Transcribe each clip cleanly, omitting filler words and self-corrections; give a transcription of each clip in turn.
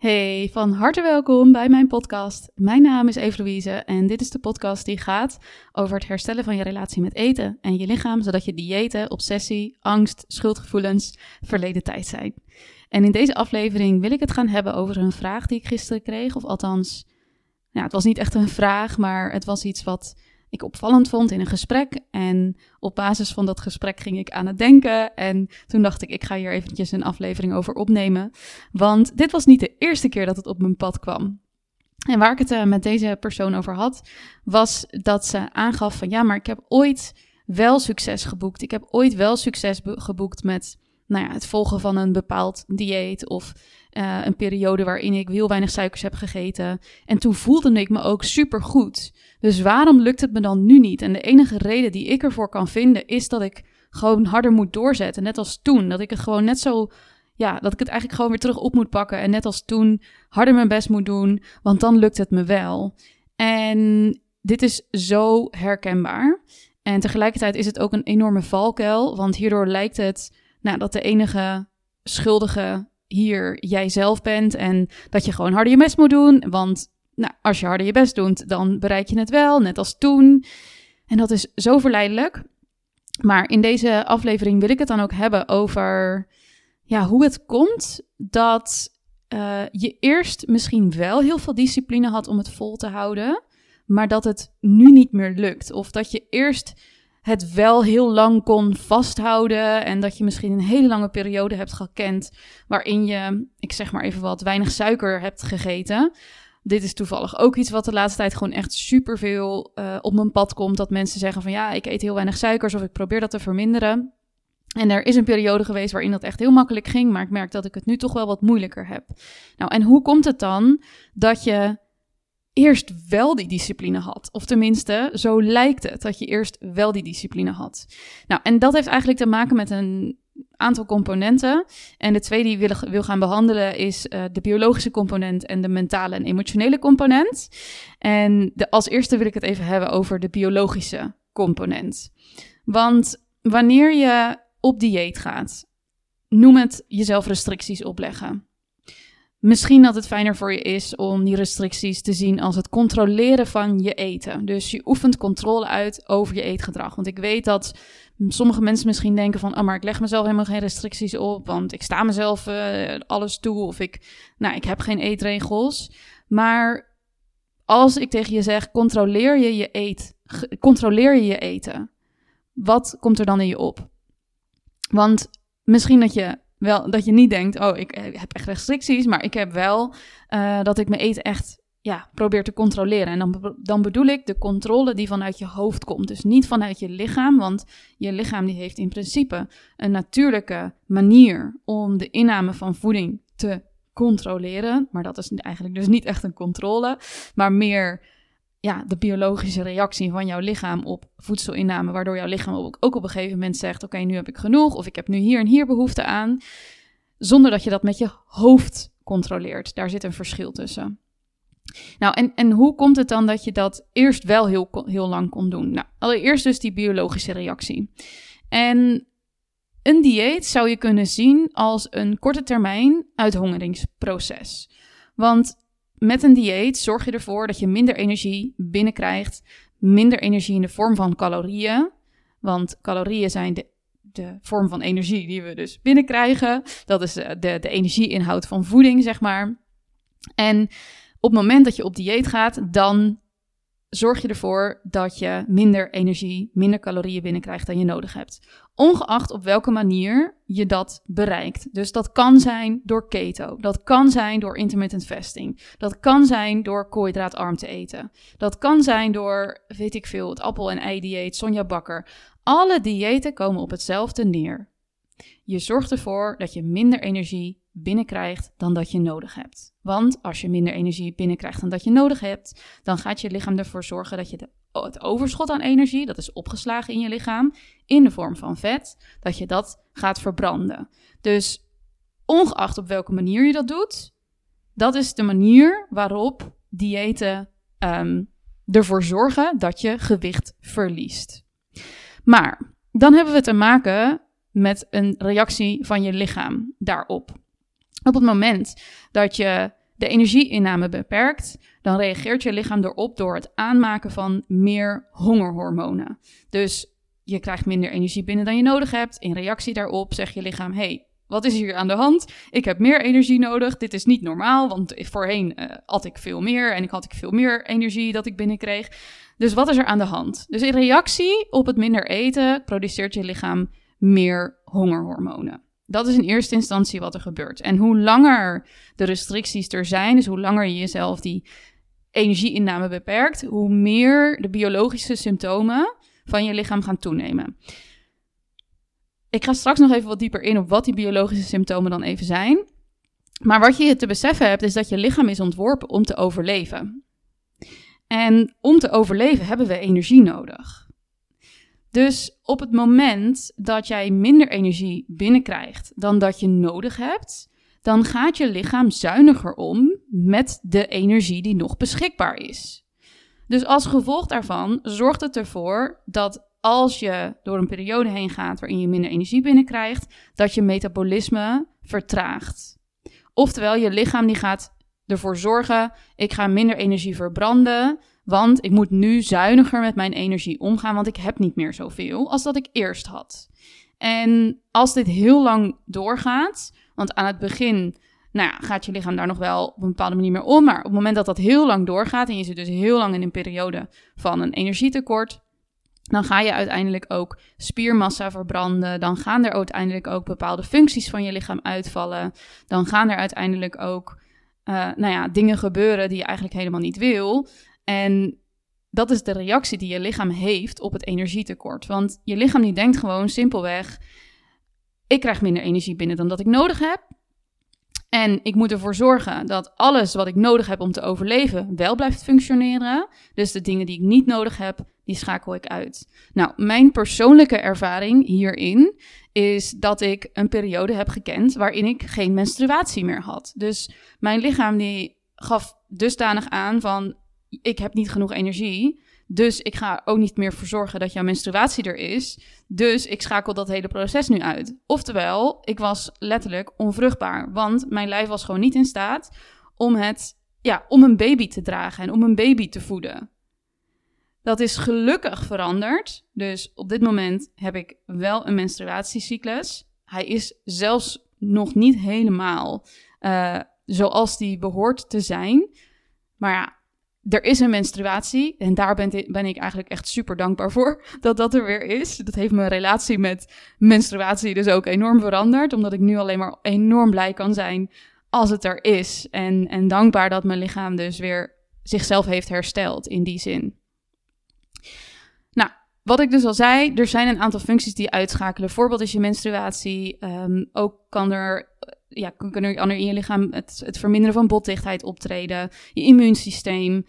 Hey, van harte welkom bij mijn podcast. Mijn naam is Eve-Louise en dit is de podcast die gaat over het herstellen van je relatie met eten en je lichaam, zodat je diëten, obsessie, angst, schuldgevoelens verleden tijd zijn. En in deze aflevering wil ik het gaan hebben over een vraag die ik gisteren kreeg, of althans, het was niet echt een vraag, maar het was iets wat ik opvallend vond in een gesprek. En op basis van dat gesprek ging ik aan het denken. En toen dacht ik ga hier eventjes een aflevering over opnemen. Want dit was niet de eerste keer dat het op mijn pad kwam. En waar ik het met deze persoon over had, was dat ze aangaf van ja, maar ik heb ooit wel succes geboekt. Ik heb ooit wel succes geboekt met het volgen van een bepaald dieet of een periode waarin ik heel weinig suikers heb gegeten. En toen voelde ik me ook supergoed. Dus waarom lukt het me dan nu niet? En de enige reden die ik ervoor kan vinden is dat ik gewoon harder moet doorzetten. Net als toen, dat ik het gewoon net zo, dat ik het eigenlijk gewoon weer terug op moet pakken. En net als toen harder mijn best moet doen, want dan lukt het me wel. En dit is zo herkenbaar. En tegelijkertijd is het ook een enorme valkuil, want hierdoor lijkt het dat de enige schuldige hier jijzelf bent en dat je gewoon harder je best moet doen. Want als je harder je best doet, dan bereik je het wel, net als toen. En dat is zo verleidelijk. Maar in deze aflevering wil ik het dan ook hebben over hoe het komt dat je eerst misschien wel heel veel discipline had om het vol te houden, maar dat het nu niet meer lukt. Of dat je eerst het wel heel lang kon vasthouden en dat je misschien een hele lange periode hebt gekend waarin je, ik zeg maar even wat, weinig suiker hebt gegeten. Dit is toevallig ook iets wat de laatste tijd gewoon echt superveel op mijn pad komt. Dat mensen zeggen van ik eet heel weinig suikers of ik probeer dat te verminderen. En er is een periode geweest waarin dat echt heel makkelijk ging, maar ik merk dat ik het nu toch wel wat moeilijker heb. En hoe komt het dan dat je eerst wel die discipline had? Of tenminste, zo lijkt het dat je eerst wel die discipline had. En dat heeft eigenlijk te maken met een aantal componenten. En de twee die ik wil gaan behandelen is de biologische component en de mentale en emotionele component. En als eerste wil ik het even hebben over de biologische component. Want wanneer je op dieet gaat, noem het jezelf restricties opleggen. Misschien dat het fijner voor je is om die restricties te zien als het controleren van je eten. Dus je oefent controle uit over je eetgedrag. Want ik weet dat sommige mensen misschien denken van maar ik leg mezelf helemaal geen restricties op, want ik sta mezelf alles toe of ik heb geen eetregels. Maar als ik tegen je zeg, controleer je je eten, wat komt er dan in je op? Want misschien dat je niet denkt, ik heb echt restricties, maar ik heb wel dat ik mijn eten echt probeer te controleren. En dan bedoel ik de controle die vanuit je hoofd komt. Dus niet vanuit je lichaam, want je lichaam die heeft in principe een natuurlijke manier om de inname van voeding te controleren. Maar dat is eigenlijk dus niet echt een controle, maar meer de biologische reactie van jouw lichaam op voedselinname, waardoor jouw lichaam ook op een gegeven moment zegt, oké, nu heb ik genoeg, of ik heb nu hier en hier behoefte aan, zonder dat je dat met je hoofd controleert. Daar zit een verschil tussen. En hoe komt het dan dat je dat eerst wel heel lang kon doen? Allereerst dus die biologische reactie. En een dieet zou je kunnen zien als een korte termijn uithongeringsproces. Want met een dieet zorg je ervoor dat je minder energie binnenkrijgt. Minder energie in de vorm van calorieën. Want calorieën zijn de vorm van energie die we dus binnenkrijgen. Dat is de energieinhoud van voeding, zeg maar. En op het moment dat je op dieet gaat, dan zorg je ervoor dat je minder energie, minder calorieën binnenkrijgt dan je nodig hebt. Ongeacht op welke manier je dat bereikt. Dus dat kan zijn door keto. Dat kan zijn door intermittent fasting. Dat kan zijn door koolhydraatarm te eten. Dat kan zijn door, weet ik veel, het appel- en ei-dieet, Sonja Bakker. Alle diëten komen op hetzelfde neer. Je zorgt ervoor dat je minder energie binnenkrijgt dan dat je nodig hebt. Want als je minder energie binnenkrijgt dan dat je nodig hebt, dan gaat je lichaam ervoor zorgen dat je het overschot aan energie, dat is opgeslagen in je lichaam, in de vorm van vet, dat je dat gaat verbranden. Dus ongeacht op welke manier je dat doet, dat is de manier waarop diëten ervoor zorgen dat je gewicht verliest. Maar dan hebben we te maken met een reactie van je lichaam daarop. Op het moment dat je de energieinname beperkt, dan reageert je lichaam erop door het aanmaken van meer hongerhormonen. Dus je krijgt minder energie binnen dan je nodig hebt. In reactie daarop zegt je lichaam, hey, wat is hier aan de hand? Ik heb meer energie nodig. Dit is niet normaal, want voorheen at ik veel meer en had ik veel meer energie dat ik binnenkreeg. Dus wat is er aan de hand? Dus in reactie op het minder eten produceert je lichaam meer hongerhormonen. Dat is in eerste instantie wat er gebeurt. En hoe langer de restricties er zijn, dus hoe langer je jezelf die energieinname beperkt, hoe meer de biologische symptomen van je lichaam gaan toenemen. Ik ga straks nog even wat dieper in op wat die biologische symptomen dan even zijn. Maar wat je te beseffen hebt, is dat je lichaam is ontworpen om te overleven. En om te overleven hebben we energie nodig. Dus op het moment dat jij minder energie binnenkrijgt dan dat je nodig hebt, dan gaat je lichaam zuiniger om met de energie die nog beschikbaar is. Dus als gevolg daarvan zorgt het ervoor dat als je door een periode heen gaat waarin je minder energie binnenkrijgt, dat je metabolisme vertraagt. Oftewel, je lichaam die gaat ervoor zorgen, ik ga minder energie verbranden, want ik moet nu zuiniger met mijn energie omgaan, want ik heb niet meer zoveel als dat ik eerst had. En als dit heel lang doorgaat, want aan het begin gaat je lichaam daar nog wel op een bepaalde manier mee om, maar op het moment dat dat heel lang doorgaat en je zit dus heel lang in een periode van een energietekort, dan ga je uiteindelijk ook spiermassa verbranden. Dan gaan er uiteindelijk ook bepaalde functies van je lichaam uitvallen. Dan gaan er uiteindelijk ook dingen gebeuren die je eigenlijk helemaal niet wil. En dat is de reactie die je lichaam heeft op het energietekort. Want je lichaam die denkt gewoon simpelweg, ik krijg minder energie binnen dan dat ik nodig heb. En ik moet ervoor zorgen dat alles wat ik nodig heb om te overleven wel blijft functioneren. Dus de dingen die ik niet nodig heb, die schakel ik uit. Nou, mijn persoonlijke ervaring hierin is dat ik een periode heb gekend waarin ik geen menstruatie meer had. Dus mijn lichaam die gaf dusdanig aan van, ik heb niet genoeg energie, dus ik ga ook niet meer voor zorgen dat jouw menstruatie er is. Dus ik schakel dat hele proces nu uit. Oftewel, ik was letterlijk onvruchtbaar, want mijn lijf was gewoon niet in staat om een baby te dragen en om een baby te voeden. Dat is gelukkig veranderd. Dus op dit moment heb ik wel een menstruatiecyclus. Hij is zelfs nog niet helemaal zoals die behoort te zijn. Maar ja, er is een menstruatie en daar ben ik eigenlijk echt super dankbaar voor dat dat er weer is. Dat heeft mijn relatie met menstruatie dus ook enorm veranderd, omdat ik nu alleen maar enorm blij kan zijn als het er is. En dankbaar dat mijn lichaam dus weer zichzelf heeft hersteld in die zin. Nou, wat ik dus al zei, er zijn een aantal functies die uitschakelen. Voorbeeld is je menstruatie. Ook kunnen er in je lichaam het verminderen van botdichtheid optreden. Je immuunsysteem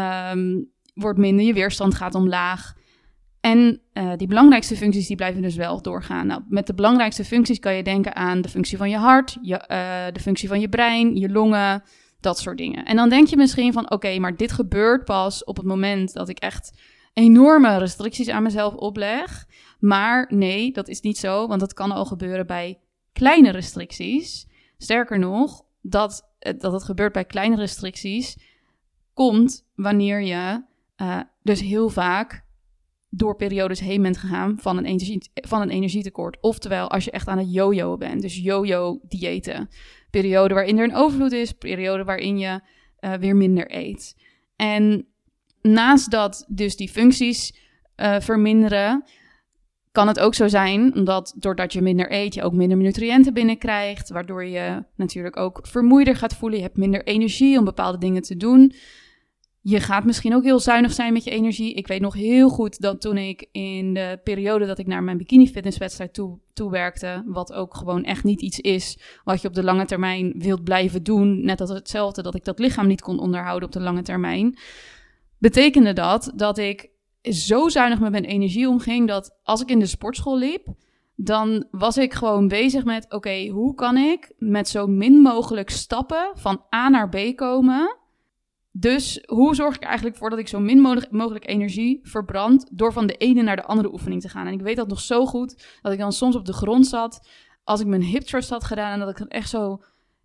wordt minder, je weerstand gaat omlaag. En die belangrijkste functies die blijven dus wel doorgaan. Nou, met de belangrijkste functies kan je denken aan de functie van je hart, de functie van je brein, je longen, dat soort dingen. En dan denk je misschien van oké, maar dit gebeurt pas op het moment dat ik echt enorme restricties aan mezelf opleg. Maar nee, dat is niet zo, want dat kan al gebeuren bij kleine restricties. Sterker nog, dat het gebeurt bij kleine restricties komt wanneer je dus heel vaak door periodes heen bent gegaan van een energietekort. Oftewel, als je echt aan het jojoen bent. Dus jojo-diëten. Periode waarin er een overvloed is. Periode waarin je weer minder eet. En naast dat dus die functies verminderen, kan het ook zo zijn dat doordat je minder eet, je ook minder nutriënten binnenkrijgt. Waardoor je natuurlijk ook vermoeider gaat voelen. Je hebt minder energie om bepaalde dingen te doen. Je gaat misschien ook heel zuinig zijn met je energie. Ik weet nog heel goed dat toen ik in de periode dat ik naar mijn bikini fitnesswedstrijd toe werkte, wat ook gewoon echt niet iets is wat je op de lange termijn wilt blijven doen, net als hetzelfde dat ik dat lichaam niet kon onderhouden op de lange termijn, betekende dat ik zo zuinig met mijn energie omging dat als ik in de sportschool liep, dan was ik gewoon bezig met oké, hoe kan ik met zo min mogelijk stappen van A naar B komen? Dus hoe zorg ik eigenlijk voor dat ik zo min mogelijk energie verbrand door van de ene naar de andere oefening te gaan? En ik weet dat nog zo goed, dat ik dan soms op de grond zat als ik mijn hip thrust had gedaan en dat ik dan echt zo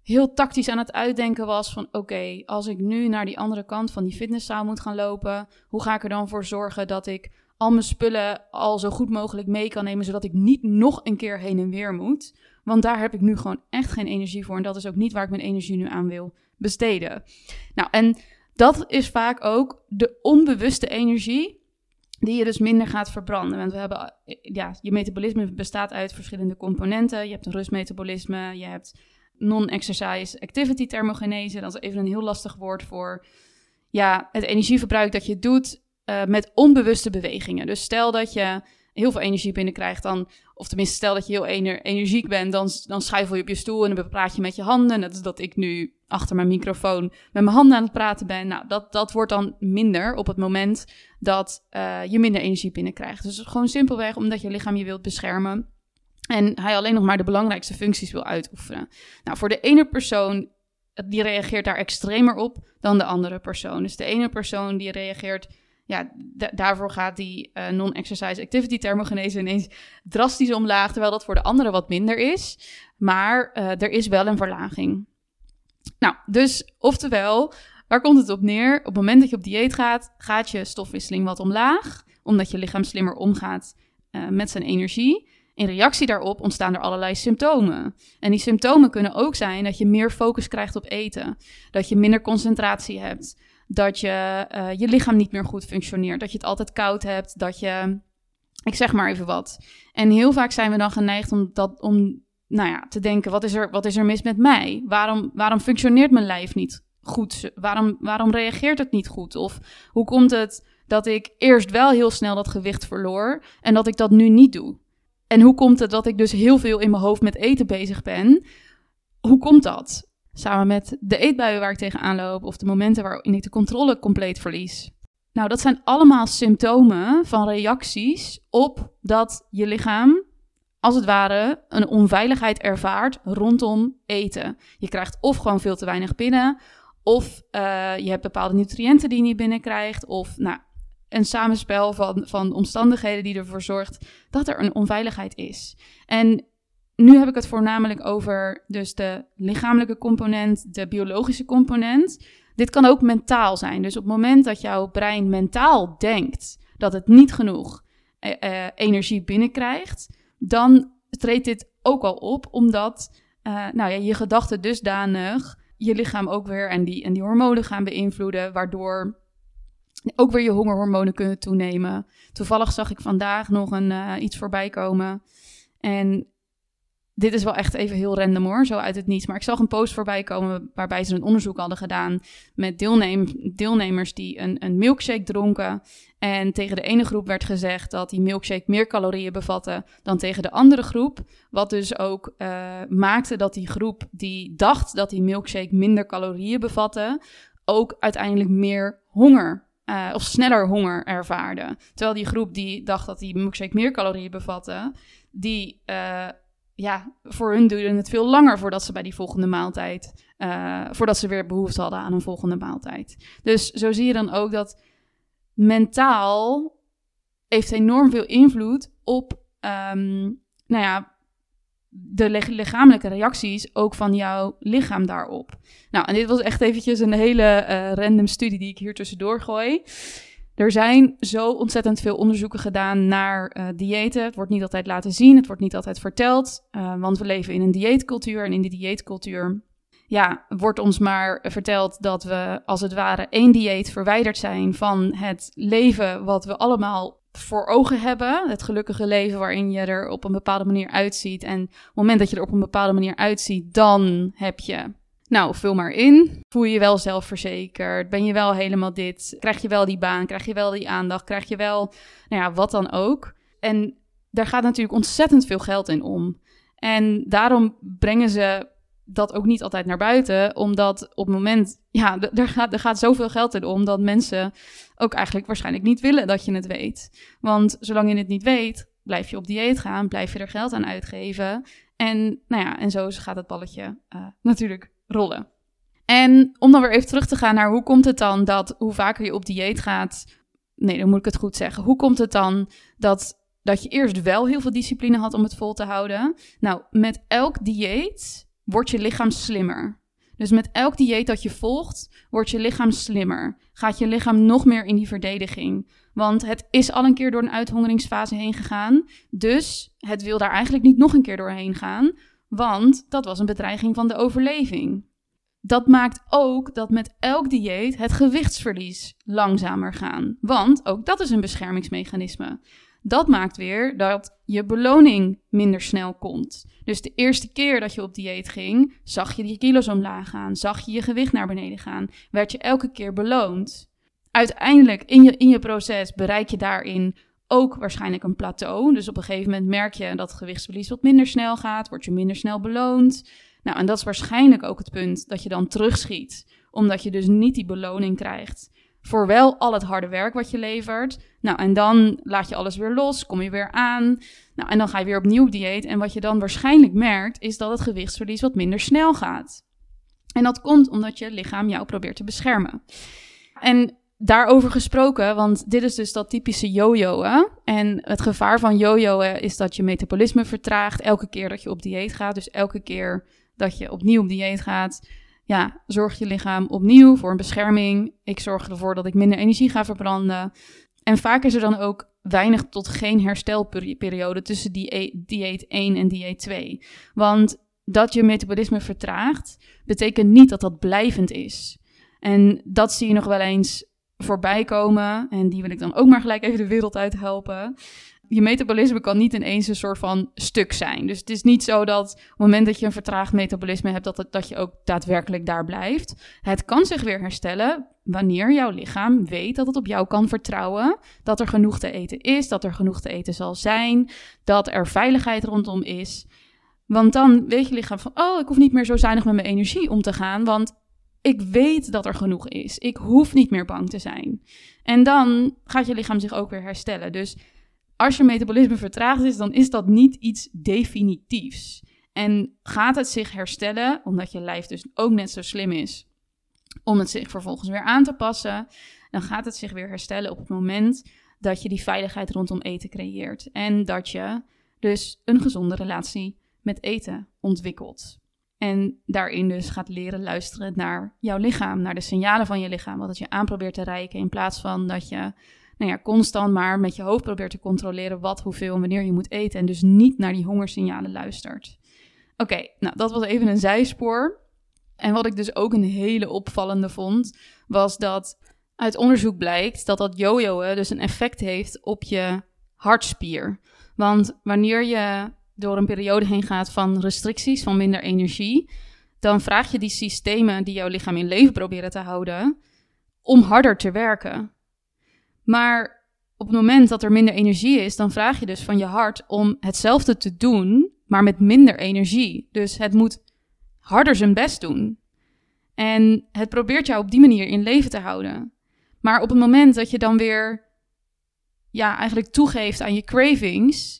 heel tactisch aan het uitdenken was van oké, als ik nu naar die andere kant van die fitnesszaal moet gaan lopen, hoe ga ik er dan voor zorgen dat ik al mijn spullen al zo goed mogelijk mee kan nemen, zodat ik niet nog een keer heen en weer moet. Want daar heb ik nu gewoon echt geen energie voor en dat is ook niet waar ik mijn energie nu aan wil besteden. Nou, en dat is vaak ook de onbewuste energie die je dus minder gaat verbranden. Want we hebben, je metabolisme bestaat uit verschillende componenten. Je hebt een rustmetabolisme, je hebt non-exercise activity thermogenese. Dat is even een heel lastig woord voor het energieverbruik dat je doet met onbewuste bewegingen. Dus stel dat je heel veel energie binnenkrijgt, of tenminste stel dat je heel energiek bent, dan schuifel je op je stoel en dan praat je met je handen. Net als dat ik nu achter mijn microfoon met mijn handen aan het praten ben. Nou, dat wordt dan minder op het moment dat je minder energie binnenkrijgt. Dus gewoon simpelweg omdat je lichaam je wilt beschermen en hij alleen nog maar de belangrijkste functies wil uitoefenen. Nou, voor de ene persoon, die reageert daar extremer op dan de andere persoon. Dus de ene persoon die reageert, daarvoor gaat die non-exercise activity thermogenese ineens drastisch omlaag, terwijl dat voor de andere wat minder is. Maar er is wel een verlaging. Nou, dus oftewel, waar komt het op neer? Op het moment dat je op dieet gaat je stofwisseling wat omlaag, omdat je lichaam slimmer omgaat met zijn energie. In reactie daarop ontstaan er allerlei symptomen. En die symptomen kunnen ook zijn dat je meer focus krijgt op eten, dat je minder concentratie hebt, dat je lichaam niet meer goed functioneert, dat je het altijd koud hebt, dat je, ik zeg maar even wat. En heel vaak zijn we dan geneigd om te denken, wat is er mis met mij? Waarom functioneert mijn lijf niet goed? Waarom reageert het niet goed? Of hoe komt het dat ik eerst wel heel snel dat gewicht verloor en dat ik dat nu niet doe? En hoe komt het dat ik dus heel veel in mijn hoofd met eten bezig ben? Hoe komt dat? Samen met de eetbuien waar ik tegenaan loop of de momenten waarin ik de controle compleet verlies. Nou, dat zijn allemaal symptomen van reacties op dat je lichaam, als het ware, een onveiligheid ervaart rondom eten. Je krijgt of gewoon veel te weinig binnen, of je hebt bepaalde nutriënten die je niet binnenkrijgt, of een samenspel van omstandigheden die ervoor zorgt dat er een onveiligheid is. En nu heb ik het voornamelijk over dus de lichamelijke component, de biologische component. Dit kan ook mentaal zijn. Dus op het moment dat jouw brein mentaal denkt dat het niet genoeg energie binnenkrijgt, dan treedt dit ook al op, omdat je gedachten dusdanig je lichaam ook weer en die hormonen gaan beïnvloeden, waardoor ook weer je hongerhormonen kunnen toenemen. Toevallig zag ik vandaag nog iets voorbij komen. En dit is wel echt even heel random hoor, zo uit het niets. Maar ik zag een post voorbij komen waarbij ze een onderzoek hadden gedaan met deelnemers die een milkshake dronken. En tegen de ene groep werd gezegd dat die milkshake meer calorieën bevatte dan tegen de andere groep. Wat dus ook maakte dat die groep die dacht dat die milkshake minder calorieën bevatte, ook uiteindelijk meer honger of sneller honger ervaarde. Terwijl die groep die dacht dat die milkshake meer calorieën bevatte, die voor hun duurde het veel langer voordat ze bij die volgende maaltijd, voordat ze weer behoefte hadden aan een volgende maaltijd. Dus zo zie je dan ook dat mentaal heeft enorm veel invloed op de lichamelijke reacties ook van jouw lichaam daarop. Nou, en dit was echt eventjes een hele random studie die ik hier tussendoor gooi. Er zijn zo ontzettend veel onderzoeken gedaan naar diëten. Het wordt niet altijd laten zien, het wordt niet altijd verteld, want we leven in een dieetcultuur. En in die dieetcultuur wordt ons maar verteld dat we als het ware 1 dieet verwijderd zijn van het leven wat we allemaal voor ogen hebben. Het gelukkige leven waarin je er op een bepaalde manier uitziet. En op het moment dat je er op een bepaalde manier uitziet, dan heb je, vul maar in. Voel je je wel zelfverzekerd? Ben je wel helemaal dit? Krijg je wel die baan? Krijg je wel die aandacht? Krijg je wel, wat dan ook? En daar gaat natuurlijk ontzettend veel geld in om. En daarom brengen ze dat ook niet altijd naar buiten, omdat op het moment, er gaat zoveel geld in om, dat mensen ook eigenlijk waarschijnlijk niet willen dat je het weet. Want zolang je het niet weet, blijf je op dieet gaan, blijf je er geld aan uitgeven. En en zo gaat het balletje natuurlijk rollen. En om dan weer even terug te gaan naar hoe komt het dan dat hoe vaker je op dieet gaat, dan moet ik het goed zeggen. Hoe komt het dan dat je eerst wel heel veel discipline had om het vol te houden? Nou, met elk dieet wordt je lichaam slimmer. Dus met elk dieet dat je volgt, wordt je lichaam slimmer. Gaat je lichaam nog meer in die verdediging. Want het is al een keer door een uithongeringsfase heen gegaan. Dus het wil daar eigenlijk niet nog een keer doorheen gaan. Want dat was een bedreiging van de overleving. Dat maakt ook dat met elk dieet het gewichtsverlies langzamer gaat. Want ook dat is een beschermingsmechanisme. Dat maakt weer dat je beloning minder snel komt. Dus de eerste keer dat je op dieet ging, zag je die kilo's omlaag gaan, zag je je gewicht naar beneden gaan, werd je elke keer beloond. Uiteindelijk in je proces bereik je daarin ook waarschijnlijk een plateau. Dus op een gegeven moment merk je dat het gewichtsverlies wat minder snel gaat, word je minder snel beloond. Nou, en dat is waarschijnlijk ook het punt dat je dan terugschiet, omdat je dus niet die beloning krijgt voor wel al het harde werk wat je levert. Nou, en dan laat je alles weer los, kom je weer aan. Nou, en dan ga je weer opnieuw op dieet. En wat je dan waarschijnlijk merkt, is dat het gewichtsverlies wat minder snel gaat. En dat komt omdat je lichaam jou probeert te beschermen. En daarover gesproken, want dit is dus dat typische yo-yo'en. En het gevaar van yo-yo'en is dat je metabolisme vertraagt elke keer dat je op dieet gaat. Dus elke keer dat je opnieuw op dieet gaat, ja, zorgt je lichaam opnieuw voor een bescherming. Ik zorg ervoor dat ik minder energie ga verbranden. En vaak is er dan ook weinig tot geen herstelperiode tussen dieet 1 en dieet 2. Want dat je metabolisme vertraagt, betekent niet dat dat blijvend is. En dat zie je nog wel eens voorbij komen. En die wil ik dan ook maar gelijk even de wereld uit helpen. Je metabolisme kan niet ineens een soort van stuk zijn. Dus het is niet zo dat op het moment dat je een vertraagd metabolisme hebt, dat je ook daadwerkelijk daar blijft. Het kan zich weer herstellen wanneer jouw lichaam weet dat het op jou kan vertrouwen. Dat er genoeg te eten is, dat er genoeg te eten zal zijn, dat er veiligheid rondom is. Want dan weet je lichaam van, oh, ik hoef niet meer zo zuinig met mijn energie om te gaan, want ik weet dat er genoeg is. Ik hoef niet meer bang te zijn. En dan gaat je lichaam zich ook weer herstellen. Dus als je metabolisme vertraagd is, dan is dat niet iets definitiefs. En gaat het zich herstellen, omdat je lijf dus ook net zo slim is om het zich vervolgens weer aan te passen, dan gaat het zich weer herstellen op het moment dat je die veiligheid rondom eten creëert. En dat je dus een gezonde relatie met eten ontwikkelt. En daarin dus gaat leren luisteren naar jouw lichaam, naar de signalen van je lichaam, wat het je aan probeert te reiken, in plaats van dat je constant maar met je hoofd probeert te controleren wat, hoeveel en wanneer je moet eten en dus niet naar die hongersignalen luistert. Oké, nou dat was even een zijspoor. En wat ik dus ook een hele opvallende vond, was dat uit onderzoek blijkt dat yo-yo'en dus een effect heeft op je hartspier. Want wanneer je door een periode heen gaat van restricties, van minder energie, dan vraag je die systemen die jouw lichaam in leven proberen te houden, om harder te werken. Maar op het moment dat er minder energie is, dan vraag je dus van je hart om hetzelfde te doen, maar met minder energie. Dus het moet harder zijn best doen. En het probeert jou op die manier in leven te houden. Maar op het moment dat je dan weer eigenlijk toegeeft aan je cravings,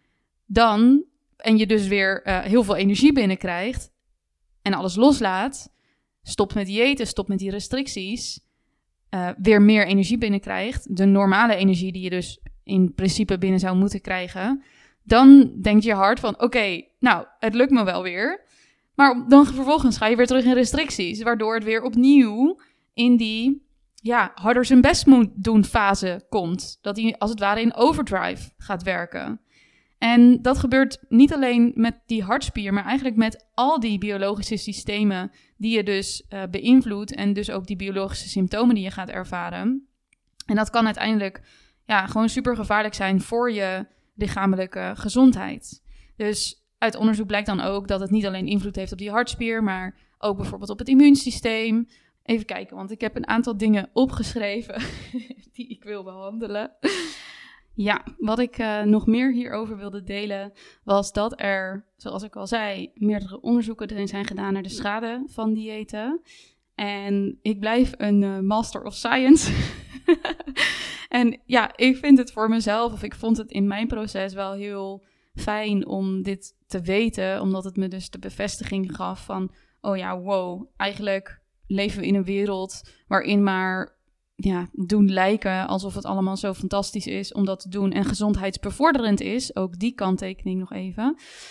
en je dus weer heel veel energie binnenkrijgt en alles loslaat, stopt met diëten, stopt met die restricties, weer meer energie binnenkrijgt, de normale energie die je dus in principe binnen zou moeten krijgen, dan denkt je hart van oké, nou, het lukt me wel weer. Maar dan vervolgens ga je weer terug in restricties, waardoor het weer opnieuw in die harder zijn best moet doen fase komt. Dat hij als het ware in overdrive gaat werken. En dat gebeurt niet alleen met die hartspier, maar eigenlijk met al die biologische systemen die je dus beïnvloedt en dus ook die biologische symptomen die je gaat ervaren. En dat kan uiteindelijk gewoon super gevaarlijk zijn voor je lichamelijke gezondheid. Dus uit onderzoek blijkt dan ook dat het niet alleen invloed heeft op die hartspier, maar ook bijvoorbeeld op het immuunsysteem. Even kijken, want ik heb een aantal dingen opgeschreven die ik wil behandelen. Ja, wat ik nog meer hierover wilde delen was dat er, zoals ik al zei, meerdere onderzoeken erin zijn gedaan naar de schade van diëten. En ik blijf een master of science. En ik vind het voor mezelf, of ik vond het in mijn proces wel heel fijn om dit te weten, omdat het me dus de bevestiging gaf van, eigenlijk leven we in een wereld waarin maar doen lijken alsof het allemaal zo fantastisch is om dat te doen en gezondheidsbevorderend is. Ook die kanttekening nog even.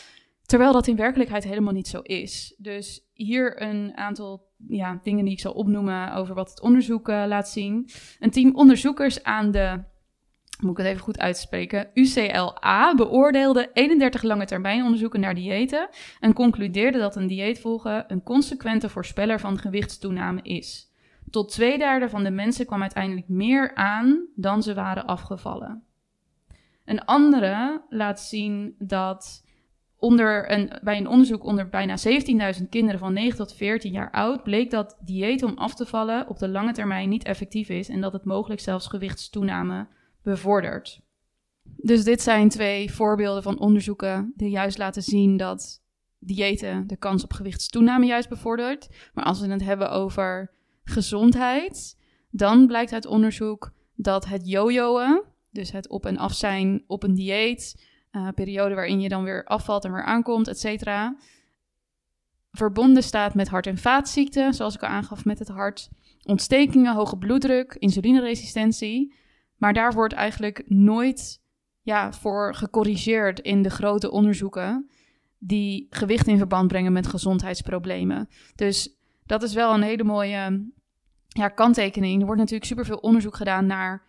Terwijl dat in werkelijkheid helemaal niet zo is. Dus hier een aantal dingen die ik zal opnoemen over wat het onderzoek laat zien. Een team onderzoekers aan de, moet ik het even goed uitspreken, UCLA beoordeelde 31 lange termijn onderzoeken naar diëten en concludeerde dat een dieet volgen een consequente voorspeller van gewichtstoename is. Tot 2/3 van de mensen kwam uiteindelijk meer aan dan ze waren afgevallen. Een andere laat zien dat bij een onderzoek onder bijna 17.000 kinderen van 9 tot 14 jaar oud bleek dat dieet om af te vallen op de lange termijn niet effectief is en dat het mogelijk zelfs gewichtstoename bevordert. Dus dit zijn 2 voorbeelden van onderzoeken die juist laten zien dat diëten de kans op gewichtstoename juist bevordert. Maar als we het hebben over gezondheid, dan blijkt uit onderzoek dat het jojoen, dus het op en af zijn op een dieet, periode waarin je dan weer afvalt en weer aankomt, et cetera, verbonden staat met hart- en vaatziekten, zoals ik al aangaf met het hart, ontstekingen, hoge bloeddruk, insulineresistentie. Maar daar wordt eigenlijk nooit voor gecorrigeerd in de grote onderzoeken die gewicht in verband brengen met gezondheidsproblemen. Dus dat is wel een hele mooie kanttekening. Er wordt natuurlijk superveel onderzoek gedaan naar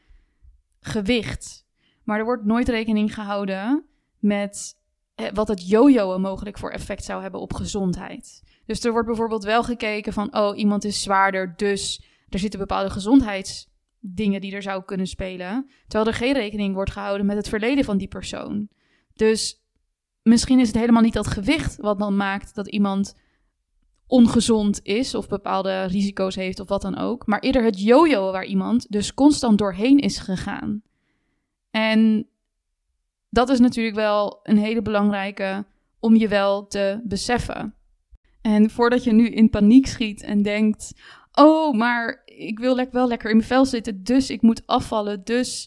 gewicht, maar er wordt nooit rekening gehouden met wat het jojoen mogelijk voor effect zou hebben op gezondheid. Dus er wordt bijvoorbeeld wel gekeken van, iemand is zwaarder, dus er zitten bepaalde gezondheidsdingen die er zouden kunnen spelen, terwijl er geen rekening wordt gehouden met het verleden van die persoon. Dus misschien is het helemaal niet dat gewicht wat dan maakt dat iemand ongezond is of bepaalde risico's heeft of wat dan ook, maar eerder het jojoen waar iemand dus constant doorheen is gegaan. En dat is natuurlijk wel een hele belangrijke om je wel te beseffen. En voordat je nu in paniek schiet en denkt, maar ik wil wel lekker in mijn vel zitten, dus ik moet afvallen, dus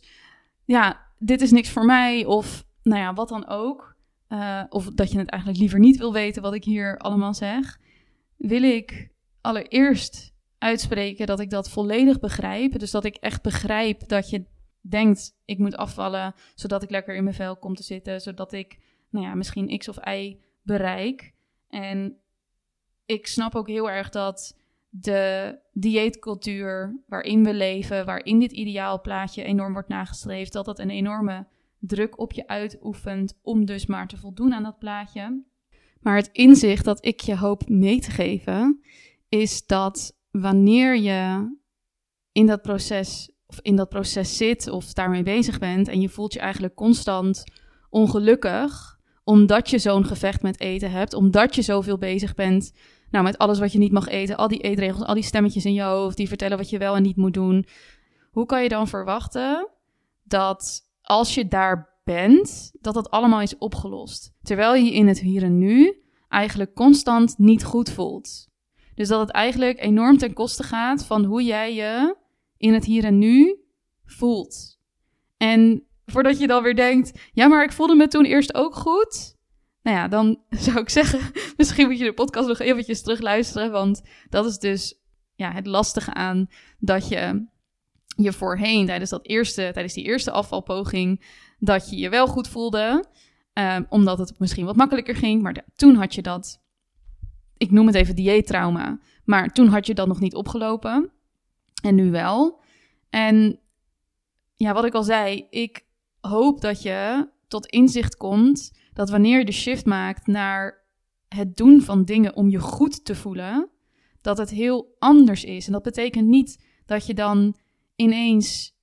dit is niks voor mij, of wat dan ook. Of dat je het eigenlijk liever niet wil weten wat ik hier allemaal zeg, wil ik allereerst uitspreken dat ik dat volledig begrijp. Dus dat ik echt begrijp dat je denkt, ik moet afvallen, zodat ik lekker in mijn vel kom te zitten, zodat ik, misschien X of Y bereik. En ik snap ook heel erg dat de dieetcultuur waarin we leven, waarin dit ideaalplaatje enorm wordt nagestreefd, dat dat een enorme druk op je uitoefent om dus maar te voldoen aan dat plaatje. Maar het inzicht dat ik je hoop mee te geven, is dat wanneer je in dat proces zit of daarmee bezig bent en je voelt je eigenlijk constant ongelukkig, omdat je zo'n gevecht met eten hebt, omdat je zoveel bezig bent met alles wat je niet mag eten, al die eetregels, al die stemmetjes in je hoofd die vertellen wat je wel en niet moet doen. Hoe kan je dan verwachten dat als je daar bent, dat dat allemaal is opgelost? Terwijl je in het hier en nu eigenlijk constant niet goed voelt. Dus dat het eigenlijk enorm ten koste gaat van hoe jij je in het hier en nu voelt. En voordat je dan weer denkt, maar ik voelde me toen eerst ook goed. Dan zou ik zeggen, misschien moet je de podcast nog eventjes terugluisteren, want dat is dus het lastige aan dat je voorheen tijdens die eerste afvalpoging, dat je je wel goed voelde, omdat het misschien wat makkelijker ging, maar toen had je dat, ik noem het even dieettrauma, maar toen had je dat nog niet opgelopen en nu wel. En wat ik al zei, ik hoop dat je tot inzicht komt dat wanneer je de shift maakt naar het doen van dingen om je goed te voelen, dat het heel anders is. En dat betekent niet dat je dan ineens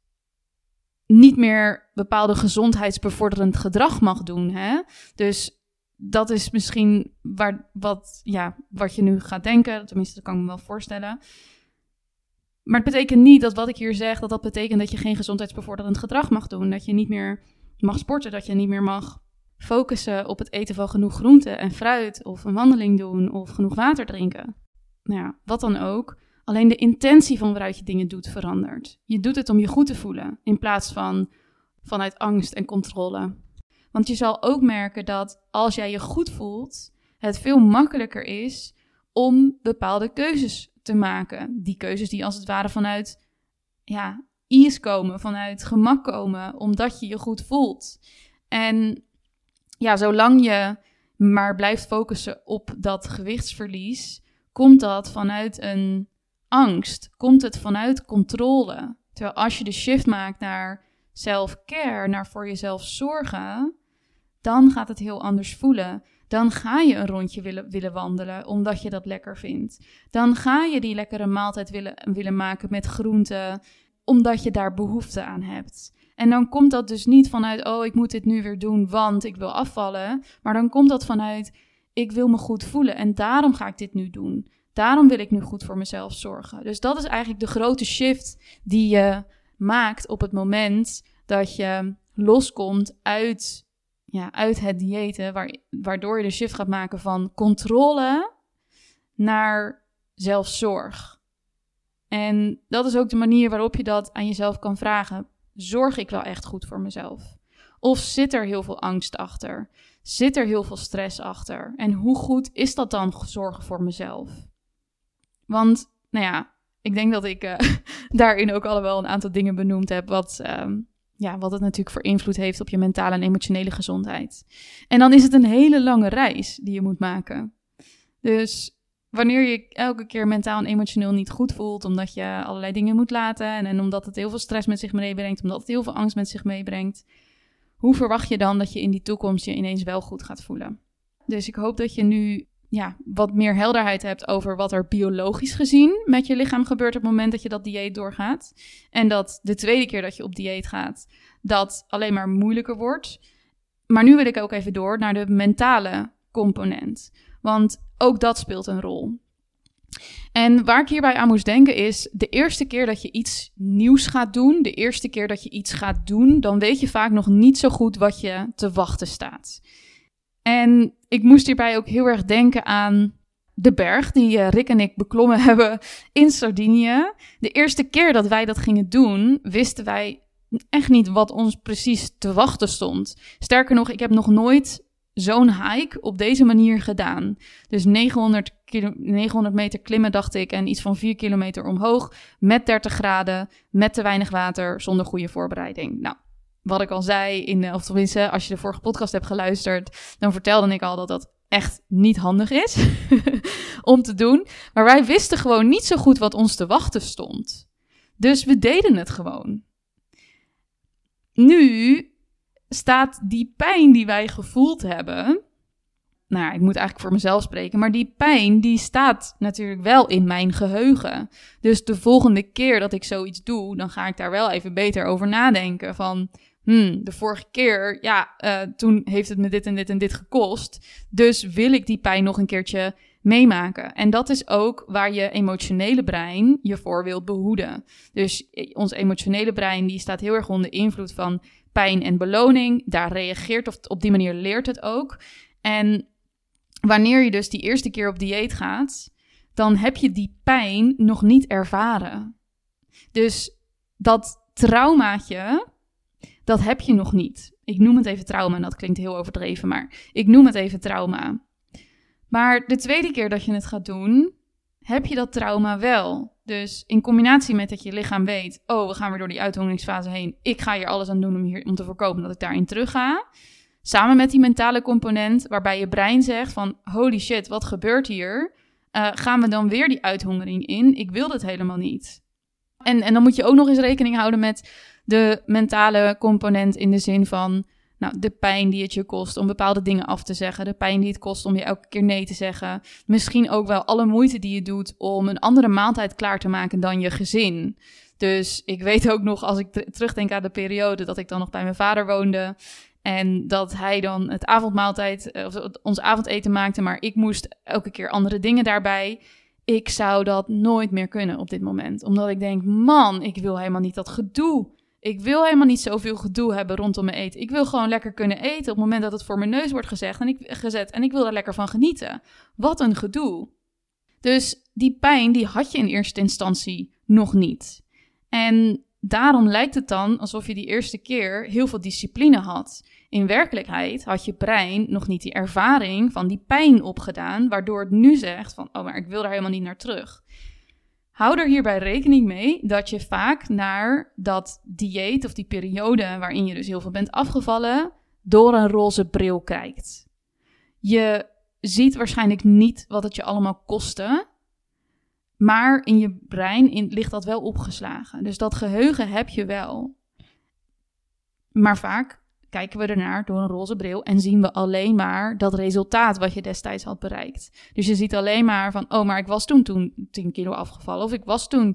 niet meer bepaalde gezondheidsbevorderend gedrag mag doen. Hè? Dus dat is misschien wat je nu gaat denken. Tenminste, dat kan ik me wel voorstellen. Maar het betekent niet dat wat ik hier zeg, dat betekent dat je geen gezondheidsbevorderend gedrag mag doen. Dat je niet meer mag sporten, dat je niet meer mag focussen op het eten van genoeg groente en fruit, of een wandeling doen, of genoeg water drinken. Wat dan ook. Alleen de intentie van waaruit je dingen doet verandert. Je doet het om je goed te voelen, in plaats van vanuit angst en controle. Want je zal ook merken dat als jij je goed voelt, het veel makkelijker is om bepaalde keuzes te maken. Die keuzes die als het ware vanuit ease komen, vanuit gemak komen, omdat je je goed voelt. En zolang je maar blijft focussen op dat gewichtsverlies, komt dat vanuit een angst, komt het vanuit controle. Terwijl als je de shift maakt naar self-care, naar voor jezelf zorgen, dan gaat het heel anders voelen. Dan ga je een rondje willen wandelen, omdat je dat lekker vindt. Dan ga je die lekkere maaltijd willen maken met groenten, omdat je daar behoefte aan hebt. En dan komt dat dus niet vanuit, ik moet dit nu weer doen, want ik wil afvallen. Maar dan komt dat vanuit, ik wil me goed voelen en daarom ga ik dit nu doen. Daarom wil ik nu goed voor mezelf zorgen. Dus dat is eigenlijk de grote shift die je maakt op het moment dat je loskomt uit het diëten, waardoor je de shift gaat maken van controle naar zelfzorg. En dat is ook de manier waarop je dat aan jezelf kan vragen. Zorg ik wel echt goed voor mezelf? Of zit er heel veel angst achter? Zit er heel veel stress achter? En hoe goed is dat dan zorgen voor mezelf? Want, ik denk dat ik daarin ook al wel een aantal dingen benoemd heb wat het natuurlijk voor invloed heeft op je mentale en emotionele gezondheid. En dan is het een hele lange reis die je moet maken. Dus wanneer je elke keer mentaal en emotioneel niet goed voelt, omdat je allerlei dingen moet laten en omdat het heel veel stress met zich meebrengt, omdat het heel veel angst met zich meebrengt, hoe verwacht je dan dat je in die toekomst je ineens wel goed gaat voelen? Dus ik hoop dat je nu wat meer helderheid hebt over wat er biologisch gezien met je lichaam gebeurt op het moment dat je dat dieet doorgaat. En dat de tweede keer dat je op dieet gaat, dat alleen maar moeilijker wordt. Maar nu wil ik ook even door naar de mentale component. Want ook dat speelt een rol. En waar ik hierbij aan moest denken is, de eerste keer dat je iets nieuws gaat doen, de eerste keer dat je iets gaat doen, dan weet je vaak nog niet zo goed wat je te wachten staat. En ik moest hierbij ook heel erg denken aan de berg die Rick en ik beklommen hebben in Sardinië. De eerste keer dat wij dat gingen doen, wisten wij echt niet wat ons precies te wachten stond. Sterker nog, ik heb nog nooit zo'n hike op deze manier gedaan. Dus 900 meter klimmen, dacht ik, en iets van 4 kilometer omhoog, met 30 graden, met te weinig water, zonder goede voorbereiding. Nou, wat ik al zei, of tenminste, als je de vorige podcast hebt geluisterd, dan vertelde ik al dat dat echt niet handig is om te doen. Maar wij wisten gewoon niet zo goed wat ons te wachten stond. Dus we deden het gewoon. Nu staat die pijn die wij gevoeld hebben, ik moet eigenlijk voor mezelf spreken, maar die pijn die staat natuurlijk wel in mijn geheugen. Dus de volgende keer dat ik zoiets doe, dan ga ik daar wel even beter over nadenken van, de vorige keer, toen heeft het me dit en dit en dit gekost. Dus wil ik die pijn nog een keertje meemaken. En dat is ook waar je emotionele brein je voor wilt behoeden. Dus ons emotionele brein die staat heel erg onder invloed van pijn en beloning. Daar reageert of op die manier leert het ook. En wanneer je dus die eerste keer op dieet gaat, dan heb je die pijn nog niet ervaren. Dus dat traumaatje, dat heb je nog niet. Ik noem het even trauma en dat klinkt heel overdreven, maar ik noem het even trauma. Maar de tweede keer dat je het gaat doen, heb je dat trauma wel. Dus in combinatie met dat je lichaam weet, we gaan weer door die uithongeringsfase heen. Ik ga hier alles aan doen om te voorkomen dat ik daarin terug ga. Samen met die mentale component waarbij je brein zegt van, holy shit, wat gebeurt hier? Gaan we dan weer die uithongering in? Ik wil dat helemaal niet. En dan moet je ook nog eens rekening houden met de mentale component in de zin van, de pijn die het je kost om bepaalde dingen af te zeggen. De pijn die het kost om je elke keer nee te zeggen. Misschien ook wel alle moeite die je doet om een andere maaltijd klaar te maken dan je gezin. Dus ik weet ook nog, als ik terugdenk aan de periode dat ik dan nog bij mijn vader woonde en dat hij dan het avondmaaltijd, of ons avondeten maakte, maar ik moest elke keer andere dingen daarbij. Ik zou dat nooit meer kunnen op dit moment. Omdat ik denk, man, ik wil helemaal niet dat gedoe. Ik wil helemaal niet zoveel gedoe hebben rondom mijn eten. Ik wil gewoon lekker kunnen eten op het moment dat het voor mijn neus wordt gezet. En ik wil er lekker van genieten. Wat een gedoe. Dus die pijn, die had je in eerste instantie nog niet. En daarom lijkt het dan alsof je die eerste keer heel veel discipline had. In werkelijkheid had je brein nog niet die ervaring van die pijn opgedaan, waardoor het nu zegt van, maar ik wil er helemaal niet naar terug. Hou er hierbij rekening mee dat je vaak naar dat dieet of die periode waarin je dus heel veel bent afgevallen, door een roze bril kijkt. Je ziet waarschijnlijk niet wat het je allemaal kostte. Maar in je brein ligt dat wel opgeslagen. Dus dat geheugen heb je wel. Maar vaak kijken we ernaar door een roze bril en zien we alleen maar dat resultaat wat je destijds had bereikt. Dus je ziet alleen maar van, maar ik was toen 10 kilo afgevallen. Of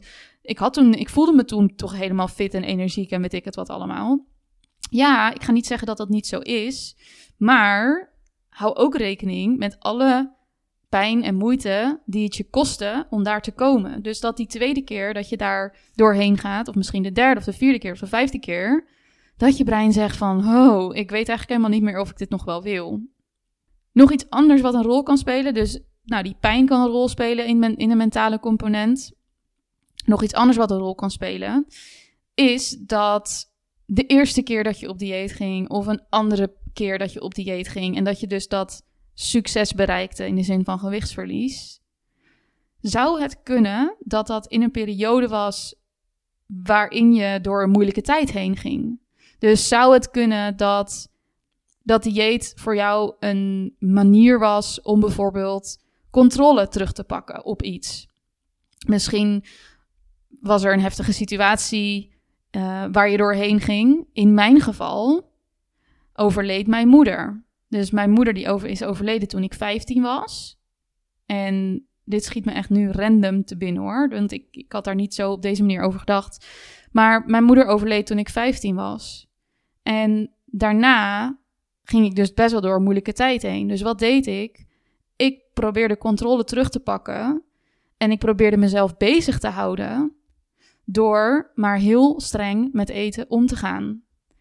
ik voelde me toen toch helemaal fit en energiek en weet ik het wat allemaal. Ja, ik ga niet zeggen dat dat niet zo is. Maar hou ook rekening met alle pijn en moeite die het je kostte om daar te komen. Dus dat die tweede keer dat je daar doorheen gaat, of misschien de derde of de vierde keer of de vijfde keer, dat je brein zegt van, ik weet eigenlijk helemaal niet meer of ik dit nog wel wil. Nog iets anders wat een rol kan spelen, dus die pijn kan een rol spelen in de mentale component. Nog iets anders wat een rol kan spelen, is dat de eerste keer dat je op dieet ging, of een andere keer dat je op dieet ging, en dat je dus dat succes bereikte in de zin van gewichtsverlies, zou het kunnen dat dat in een periode was waarin je door een moeilijke tijd heen ging. Dus zou het kunnen dat dieet voor jou een manier was om bijvoorbeeld controle terug te pakken op iets. Misschien was er een heftige situatie waar je doorheen ging. In mijn geval overleed mijn moeder. Dus mijn moeder is overleden toen ik 15 was. En dit schiet me echt nu random te binnen hoor. Want ik had daar niet zo op deze manier over gedacht. Maar mijn moeder overleed toen ik 15 was. En daarna ging ik dus best wel door een moeilijke tijd heen. Dus wat deed ik? Ik probeerde controle terug te pakken. En ik probeerde mezelf bezig te houden door maar heel streng met eten om te gaan.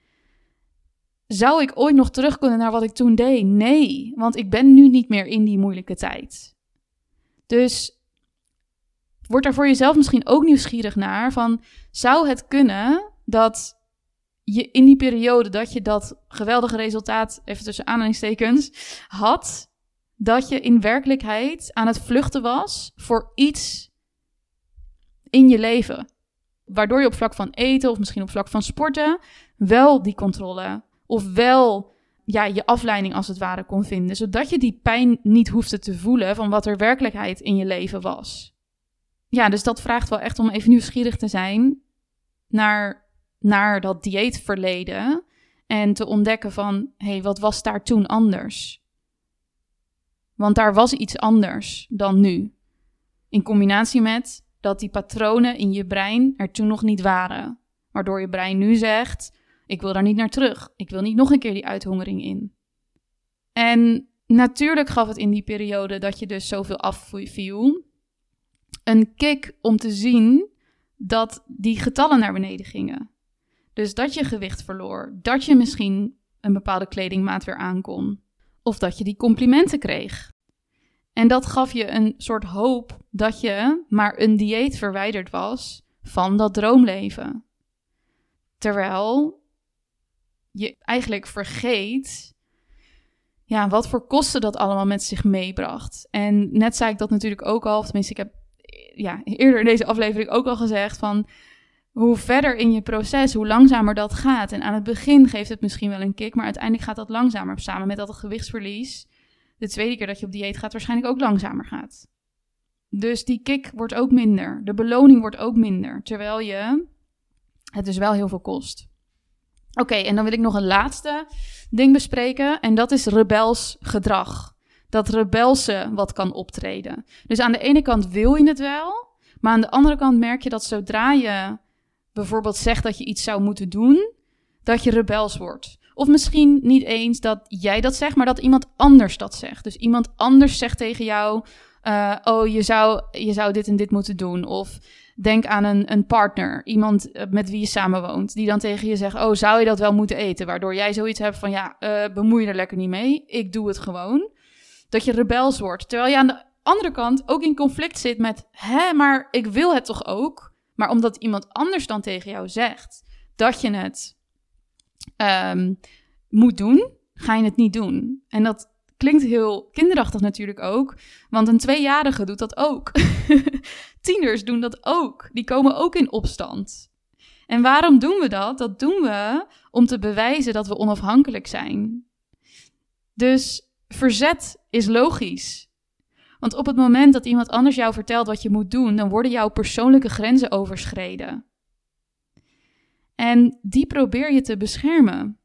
Zou ik ooit nog terug kunnen naar wat ik toen deed? Nee, want ik ben nu niet meer in die moeilijke tijd. Dus word daar voor jezelf misschien ook nieuwsgierig naar van, zou het kunnen dat je in die periode dat je dat geweldige resultaat, even tussen aanhalingstekens, had, dat je in werkelijkheid aan het vluchten was voor iets in je leven. Waardoor je op vlak van eten of misschien op vlak van sporten wel die controle of wel je afleiding als het ware kon vinden. Zodat je die pijn niet hoefde te voelen van wat er werkelijkheid in je leven was. Ja, dus dat vraagt wel echt om even nieuwsgierig te zijn naar dat dieetverleden. En te ontdekken van, wat was daar toen anders? Want daar was iets anders dan nu. In combinatie met dat die patronen in je brein er toen nog niet waren. Waardoor je brein nu zegt, ik wil daar niet naar terug. Ik wil niet nog een keer die uithongering in. En natuurlijk gaf het in die periode dat je dus zoveel afviel een kick om te zien dat die getallen naar beneden gingen. Dus dat je gewicht verloor, dat je misschien een bepaalde kledingmaat weer aankon. Of dat je die complimenten kreeg. En dat gaf je een soort hoop dat je maar een dieet verwijderd was van dat droomleven. Terwijl je eigenlijk vergeet wat voor kosten dat allemaal met zich meebracht. En net zei ik dat natuurlijk ook al, of tenminste ik heb eerder in deze aflevering ook al gezegd van hoe verder in je proces, hoe langzamer dat gaat. En aan het begin geeft het misschien wel een kick, maar uiteindelijk gaat dat langzamer. Samen met dat gewichtsverlies, de tweede keer dat je op dieet gaat, waarschijnlijk ook langzamer gaat. Dus die kick wordt ook minder. De beloning wordt ook minder. Terwijl het dus wel heel veel kost. Oké, en dan wil ik nog een laatste ding bespreken. En dat is rebels gedrag. Dat rebelse wat kan optreden. Dus aan de ene kant wil je het wel. Maar aan de andere kant merk je dat zodra je bijvoorbeeld zegt dat je iets zou moeten doen, dat je rebels wordt. Of misschien niet eens dat jij dat zegt, maar dat iemand anders dat zegt. Dus iemand anders zegt tegen jou, je zou dit en dit moeten doen. Of denk aan een partner, iemand met wie je samenwoont, die dan tegen je zegt, zou je dat wel moeten eten? Waardoor jij zoiets hebt van, bemoei je er lekker niet mee. Ik doe het gewoon. Dat je rebels wordt. Terwijl je aan de andere kant ook in conflict zit met, maar ik wil het toch ook? Maar omdat iemand anders dan tegen jou zegt dat je het moet doen, ga je het niet doen. En dat klinkt heel kinderachtig natuurlijk ook, want een 2-jarige doet dat ook. Tieners doen dat ook. Die komen ook in opstand. En waarom doen we dat? Dat doen we om te bewijzen dat we onafhankelijk zijn. Dus verzet is logisch. Want op het moment dat iemand anders jou vertelt wat je moet doen, dan worden jouw persoonlijke grenzen overschreden. En die probeer je te beschermen.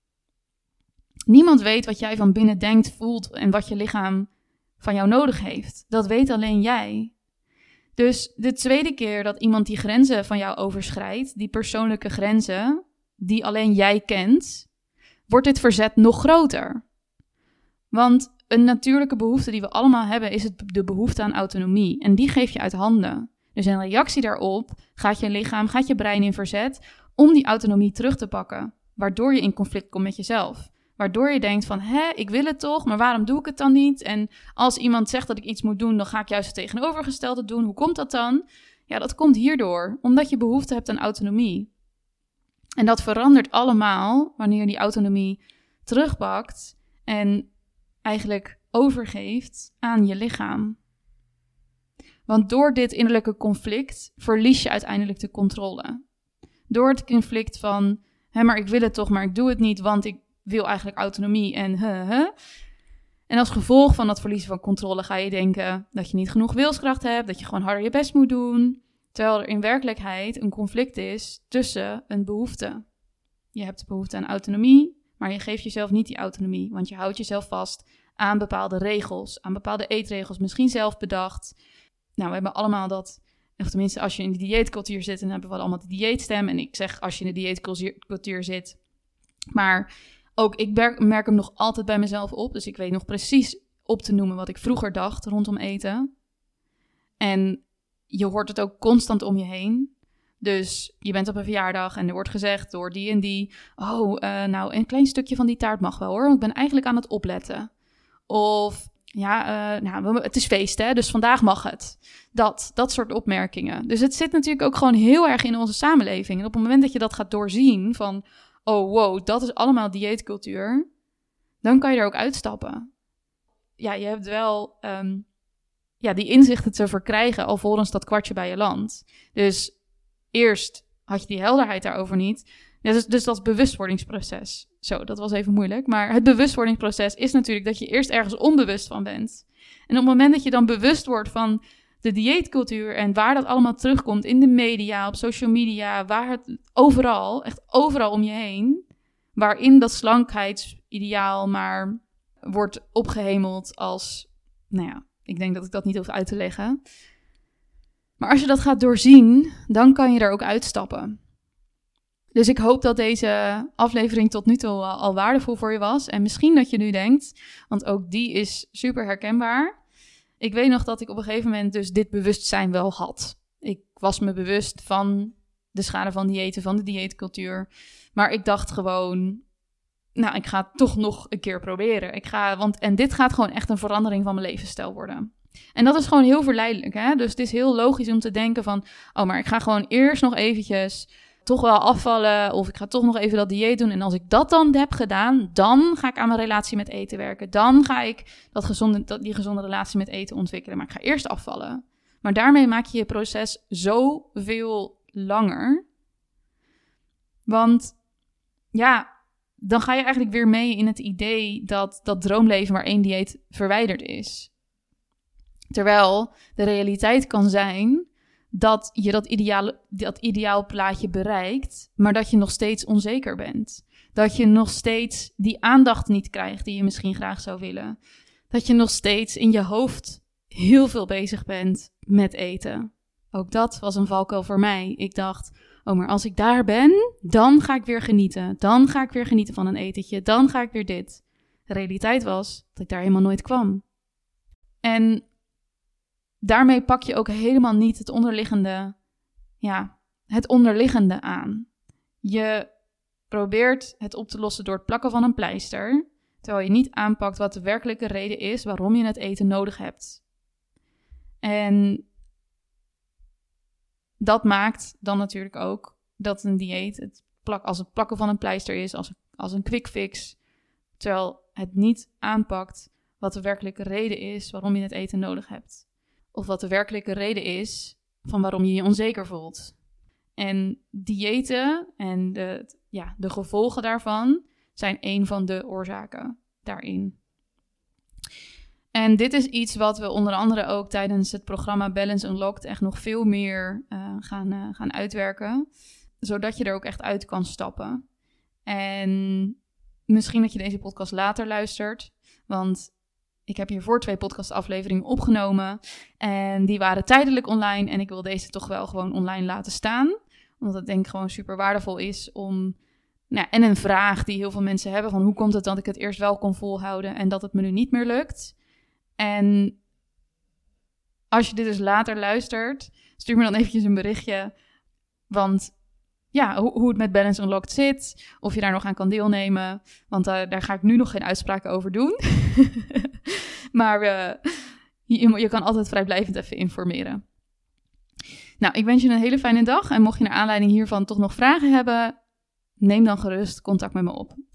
Niemand weet wat jij van binnen denkt, voelt en wat je lichaam van jou nodig heeft. Dat weet alleen jij. Dus de tweede keer dat iemand die grenzen van jou overschrijdt, die persoonlijke grenzen, die alleen jij kent, wordt dit verzet nog groter. Want een natuurlijke behoefte die we allemaal hebben is de behoefte aan autonomie. En die geef je uit handen. Dus in reactie daarop gaat je lichaam, gaat je brein in verzet om die autonomie terug te pakken. Waardoor je in conflict komt met jezelf. Waardoor je denkt van, ik wil het toch, maar waarom doe ik het dan niet? En als iemand zegt dat ik iets moet doen, dan ga ik juist het tegenovergestelde doen. Hoe komt dat dan? Ja, dat komt hierdoor, omdat je behoefte hebt aan autonomie. En dat verandert allemaal wanneer je die autonomie terugpakt en eigenlijk overgeeft aan je lichaam. Want door dit innerlijke conflict verlies je uiteindelijk de controle. Door het conflict van, maar ik wil het toch, maar ik doe het niet, want ik wil eigenlijk autonomie en En als gevolg van dat verliezen van controle ga je denken dat je niet genoeg wilskracht hebt, dat je gewoon harder je best moet doen. Terwijl er in werkelijkheid een conflict is tussen een behoefte. Je hebt de behoefte aan autonomie, maar je geeft jezelf niet die autonomie. Want je houdt jezelf vast aan bepaalde regels, aan bepaalde eetregels, misschien zelf bedacht. Nou, we hebben allemaal dat, of tenminste als je in de dieetcultuur zit, dan hebben we allemaal de dieetstem. En ik zeg als je in de dieetcultuur zit, maar ook ik merk hem nog altijd bij mezelf op. Dus ik weet nog precies op te noemen wat ik vroeger dacht rondom eten. En je hoort het ook constant om je heen. Dus je bent op een verjaardag en er wordt gezegd door die en die, nou een klein stukje van die taart mag wel hoor, want ik ben eigenlijk aan het opletten. Of het is feest hè, dus vandaag mag het. Dat soort opmerkingen. Dus het zit natuurlijk ook gewoon heel erg in onze samenleving. En op het moment dat je dat gaat doorzien van, oh wow, dat is allemaal dieetcultuur, dan kan je er ook uitstappen. Ja, je hebt wel die inzichten te verkrijgen alvorens dat kwartje bij je landt. Dus eerst had je die helderheid daarover niet. Dus dat bewustwordingsproces. Zo, dat was even moeilijk. Maar het bewustwordingsproces is natuurlijk dat je eerst ergens onbewust van bent. En op het moment dat je dan bewust wordt van de dieetcultuur en waar dat allemaal terugkomt in de media, op social media, waar het overal, echt overal om je heen, waarin dat slankheidsideaal maar wordt opgehemeld als, ik denk dat ik dat niet hoef uit te leggen. Maar als je dat gaat doorzien, dan kan je er ook uitstappen. Dus ik hoop dat deze aflevering tot nu toe al waardevol voor je was. En misschien dat je nu denkt, want ook die is super herkenbaar. Ik weet nog dat ik op een gegeven moment dus dit bewustzijn wel had. Ik was me bewust van de schade van diëten, van de dieetcultuur. Maar ik dacht gewoon, ik ga het toch nog een keer proberen. En dit gaat gewoon echt een verandering van mijn levensstijl worden. En dat is gewoon heel verleidelijk, hè? Dus het is heel logisch om te denken van, maar ik ga gewoon eerst nog eventjes toch wel afvallen, of ik ga toch nog even dat dieet doen. En als ik dat dan heb gedaan, dan ga ik aan mijn relatie met eten werken. Dan ga ik die gezonde relatie met eten ontwikkelen. Maar ik ga eerst afvallen. Maar daarmee maak je je proces zoveel langer. Want dan ga je eigenlijk weer mee in het idee dat droomleven maar 1 dieet verwijderd is. Terwijl de realiteit kan zijn dat je dat ideaal plaatje bereikt, maar dat je nog steeds onzeker bent. Dat je nog steeds die aandacht niet krijgt die je misschien graag zou willen. Dat je nog steeds in je hoofd heel veel bezig bent met eten. Ook dat was een valkuil voor mij. Ik dacht, maar als ik daar ben, dan ga ik weer genieten. Dan ga ik weer genieten van een etentje. Dan ga ik weer dit. De realiteit was dat ik daar helemaal nooit kwam. En daarmee pak je ook helemaal niet het onderliggende aan. Je probeert het op te lossen door het plakken van een pleister, terwijl je niet aanpakt wat de werkelijke reden is waarom je het eten nodig hebt. En dat maakt dan natuurlijk ook dat een dieet als het plakken van een pleister is, als een quick fix, terwijl het niet aanpakt wat de werkelijke reden is waarom je het eten nodig hebt. Of wat de werkelijke reden is van waarom je je onzeker voelt. En diëten en de gevolgen daarvan zijn een van de oorzaken daarin. En dit is iets wat we onder andere ook tijdens het programma Balance Unlocked echt nog veel meer gaan uitwerken. Zodat je er ook echt uit kan stappen. En misschien dat je deze podcast later luistert. Want ik heb hiervoor 2 podcastafleveringen opgenomen. En die waren tijdelijk online. En ik wil deze toch wel gewoon online laten staan. Omdat het denk ik gewoon super waardevol is om... en een vraag die heel veel mensen hebben van hoe komt het dat ik het eerst wel kon volhouden en dat het me nu niet meer lukt. En als je dit dus later luistert, stuur me dan eventjes een berichtje. Want ja, hoe het met Balance Unlocked zit, of je daar nog aan kan deelnemen. Want daar ga ik nu nog geen uitspraken over doen. Maar je kan altijd vrijblijvend even informeren. Nou, ik wens je een hele fijne dag. En mocht je naar aanleiding hiervan toch nog vragen hebben, neem dan gerust contact met me op.